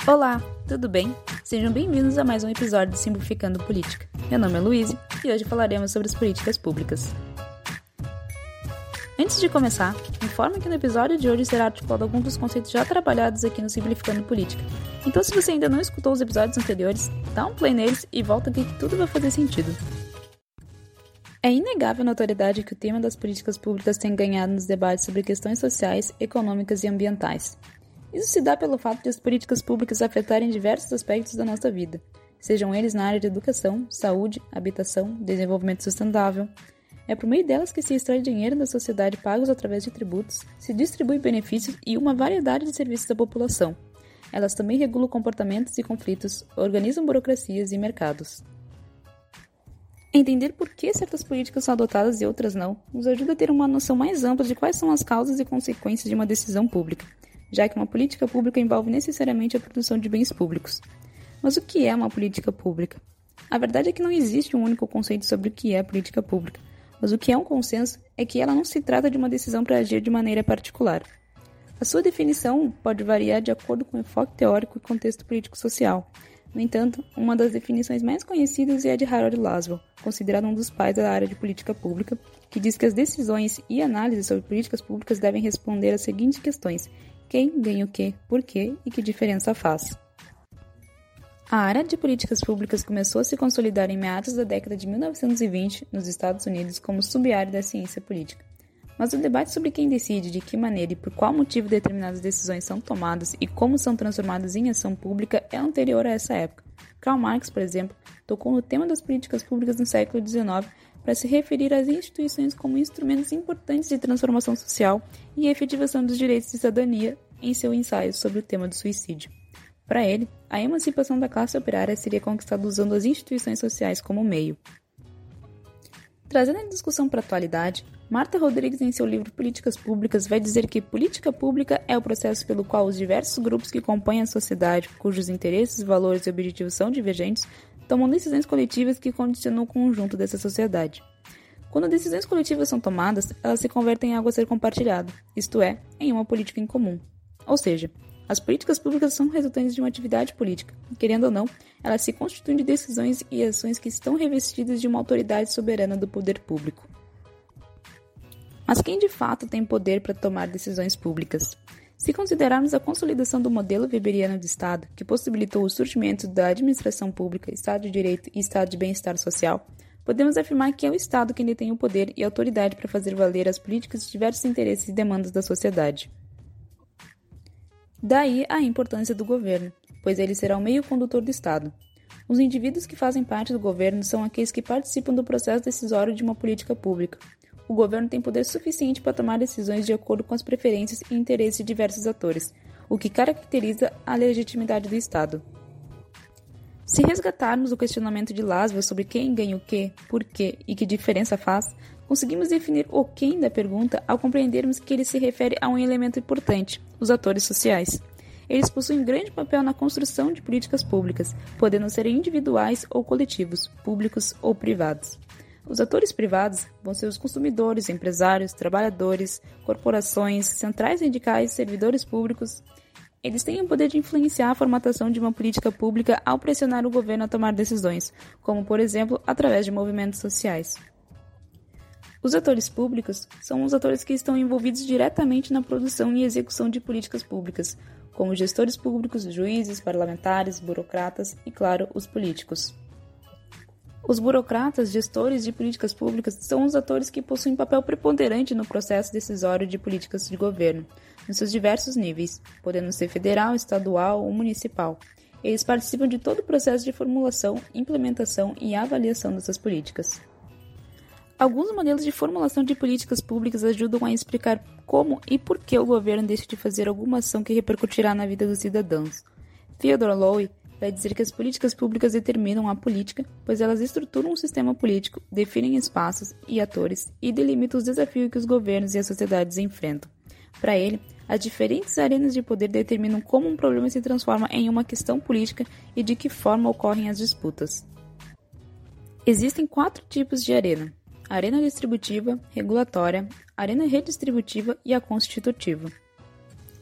Olá, tudo bem? Sejam bem-vindos a mais um episódio de Simplificando Política. Meu nome é Luíse e hoje falaremos sobre as políticas públicas. Antes de começar, informo que no episódio de hoje será articulado alguns dos conceitos já trabalhados aqui no Simplificando Política. Então, se você ainda não escutou os episódios anteriores, dá um play neles e volta aqui que tudo vai fazer sentido. É inegável a notoriedade que o tema das políticas públicas tem ganhado nos debates sobre questões sociais, econômicas e ambientais. Isso se dá pelo fato de as políticas públicas afetarem diversos aspectos da nossa vida, sejam eles na área de educação, saúde, habitação, desenvolvimento sustentável. É por meio delas que se extrai dinheiro da sociedade pagos através de tributos, se distribui benefícios e uma variedade de serviços à população. Elas também regulam comportamentos e conflitos, organizam burocracias e mercados. Entender por que certas políticas são adotadas e outras não, nos ajuda a ter uma noção mais ampla de quais são as causas e consequências de uma decisão pública, já que uma política pública envolve necessariamente a produção de bens públicos. Mas o que é uma política pública? A verdade é que não existe um único conceito sobre o que é política pública, mas o que é um consenso é que ela não se trata de uma decisão para agir de maneira particular. A sua definição pode variar de acordo com o enfoque teórico e contexto político-social. No entanto, uma das definições mais conhecidas é a de Harold Lasswell, considerado um dos pais da área de política pública, que diz que as decisões e análises sobre políticas públicas devem responder às seguintes questões: quem ganha o quê, por quê e que diferença faz. A área de políticas públicas começou a se consolidar em meados da década de 1920 nos Estados Unidos como sub-área da ciência política. Mas o debate sobre quem decide, de que maneira e por qual motivo determinadas decisões são tomadas e como são transformadas em ação pública é anterior a essa época. Karl Marx, por exemplo, tocou no tema das políticas públicas no século XIX para se referir às instituições como instrumentos importantes de transformação social e efetivação dos direitos de cidadania em seu ensaio sobre o tema do suicídio. Para ele, a emancipação da classe operária seria conquistada usando as instituições sociais como meio. Trazendo a discussão para a atualidade, Marta Rodrigues, em seu livro Políticas Públicas, vai dizer que política pública é o processo pelo qual os diversos grupos que compõem a sociedade, cujos interesses, valores e objetivos são divergentes, tomam decisões coletivas que condicionam o conjunto dessa sociedade. Quando decisões coletivas são tomadas, elas se convertem em algo a ser compartilhado, isto é, em uma política em comum. Ou seja, as políticas públicas são resultantes de uma atividade política. Querendo ou não, elas se constituem de decisões e ações que estão revestidas de uma autoridade soberana do poder público. Mas quem de fato tem poder para tomar decisões públicas? Se considerarmos a consolidação do modelo weberiano de Estado, que possibilitou o surgimento da administração pública, Estado de Direito e Estado de Bem-Estar Social, podemos afirmar que é o Estado quem detém o poder e a autoridade para fazer valer as políticas de diversos interesses e demandas da sociedade. Daí a importância do governo, pois ele será o meio condutor do Estado. Os indivíduos que fazem parte do governo são aqueles que participam do processo decisório de uma política pública. O governo tem poder suficiente para tomar decisões de acordo com as preferências e interesses de diversos atores, o que caracteriza a legitimidade do Estado. Se resgatarmos o questionamento de Lasswell sobre quem ganha o quê, por quê e que diferença faz, conseguimos definir o quem da pergunta ao compreendermos que ele se refere a um elemento importante, os atores sociais. Eles possuem grande papel na construção de políticas públicas, podendo ser individuais ou coletivos, públicos ou privados. Os atores privados vão ser os consumidores, empresários, trabalhadores, corporações, centrais sindicais, servidores públicos. Eles têm o poder de influenciar a formatação de uma política pública ao pressionar o governo a tomar decisões, como, por exemplo, através de movimentos sociais. Os atores públicos são os atores que estão envolvidos diretamente na produção e execução de políticas públicas, como gestores públicos, juízes, parlamentares, burocratas e, claro, os políticos. Os burocratas, gestores de políticas públicas, são os atores que possuem papel preponderante no processo decisório de políticas de governo, nos seus diversos níveis, podendo ser federal, estadual ou municipal. Eles participam de todo o processo de formulação, implementação e avaliação dessas políticas. Alguns modelos de formulação de políticas públicas ajudam a explicar como e por que o governo deixa de fazer alguma ação que repercutirá na vida dos cidadãos. Theodore Lowe vai dizer que as políticas públicas determinam a política, pois elas estruturam um sistema político, definem espaços e atores e delimitam os desafios que os governos e as sociedades enfrentam. Para ele, as diferentes arenas de poder determinam como um problema se transforma em uma questão política e de que forma ocorrem as disputas. Existem 4 tipos de arena: a arena distributiva, regulatória, a arena redistributiva e a constitutiva.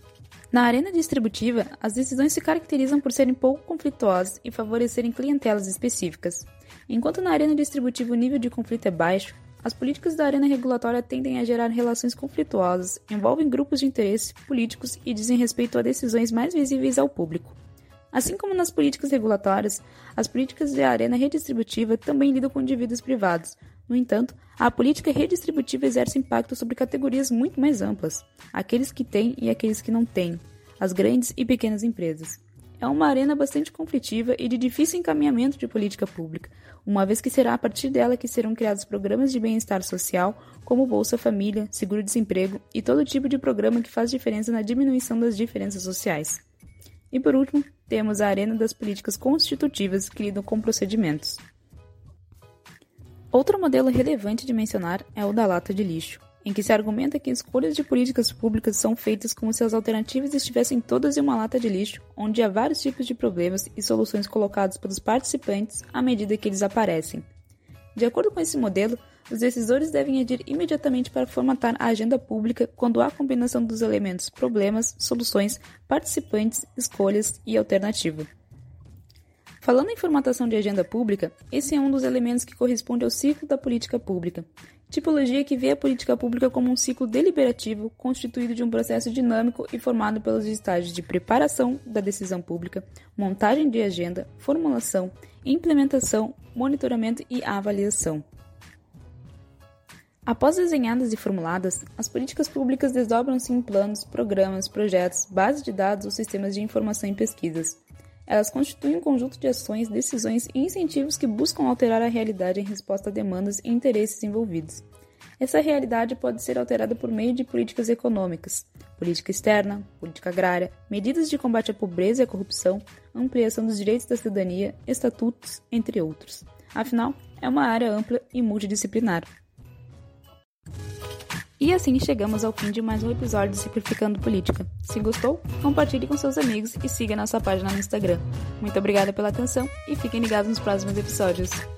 Na arena distributiva, as decisões se caracterizam por serem pouco conflituosas e favorecerem clientelas específicas. Enquanto na arena distributiva o nível de conflito é baixo, as políticas da arena regulatória tendem a gerar relações conflituosas, envolvem grupos de interesse políticos e dizem respeito a decisões mais visíveis ao público. Assim como nas políticas regulatórias, as políticas da arena redistributiva também lidam com indivíduos privados. No entanto, a política redistributiva exerce impacto sobre categorias muito mais amplas, aqueles que têm e aqueles que não têm, as grandes e pequenas empresas. É uma arena bastante conflitiva e de difícil encaminhamento de política pública, uma vez que será a partir dela que serão criados programas de bem-estar social, como Bolsa Família, seguro-desemprego e todo tipo de programa que faz diferença na diminuição das diferenças sociais. E por último, temos a arena das políticas constitutivas que lidam com procedimentos. Outro modelo relevante de mencionar é o da lata de lixo, em que se argumenta que escolhas de políticas públicas são feitas como se as alternativas estivessem todas em uma lata de lixo, onde há vários tipos de problemas e soluções colocados pelos participantes à medida que eles aparecem. De acordo com esse modelo, os decisores devem agir imediatamente para formatar a agenda pública quando há combinação dos elementos problemas, soluções, participantes, escolhas e alternativa. Falando em formatação de agenda pública, esse é um dos elementos que corresponde ao ciclo da política pública, tipologia que vê a política pública como um ciclo deliberativo constituído de um processo dinâmico e formado pelos estágios de preparação da decisão pública, montagem de agenda, formulação, implementação, monitoramento e avaliação. Após desenhadas e formuladas, as políticas públicas desdobram-se em planos, programas, projetos, bases de dados ou sistemas de informação e pesquisas. Elas constituem um conjunto de ações, decisões e incentivos que buscam alterar a realidade em resposta a demandas e interesses envolvidos. Essa realidade pode ser alterada por meio de políticas econômicas, política externa, política agrária, medidas de combate à pobreza e à corrupção, ampliação dos direitos da cidadania, estatutos, entre outros. Afinal, é uma área ampla e multidisciplinar. E assim chegamos ao fim de mais um episódio do Simplificando Política. Se gostou, compartilhe com seus amigos e siga nossa página no Instagram. Muito obrigada pela atenção e fiquem ligados nos próximos episódios.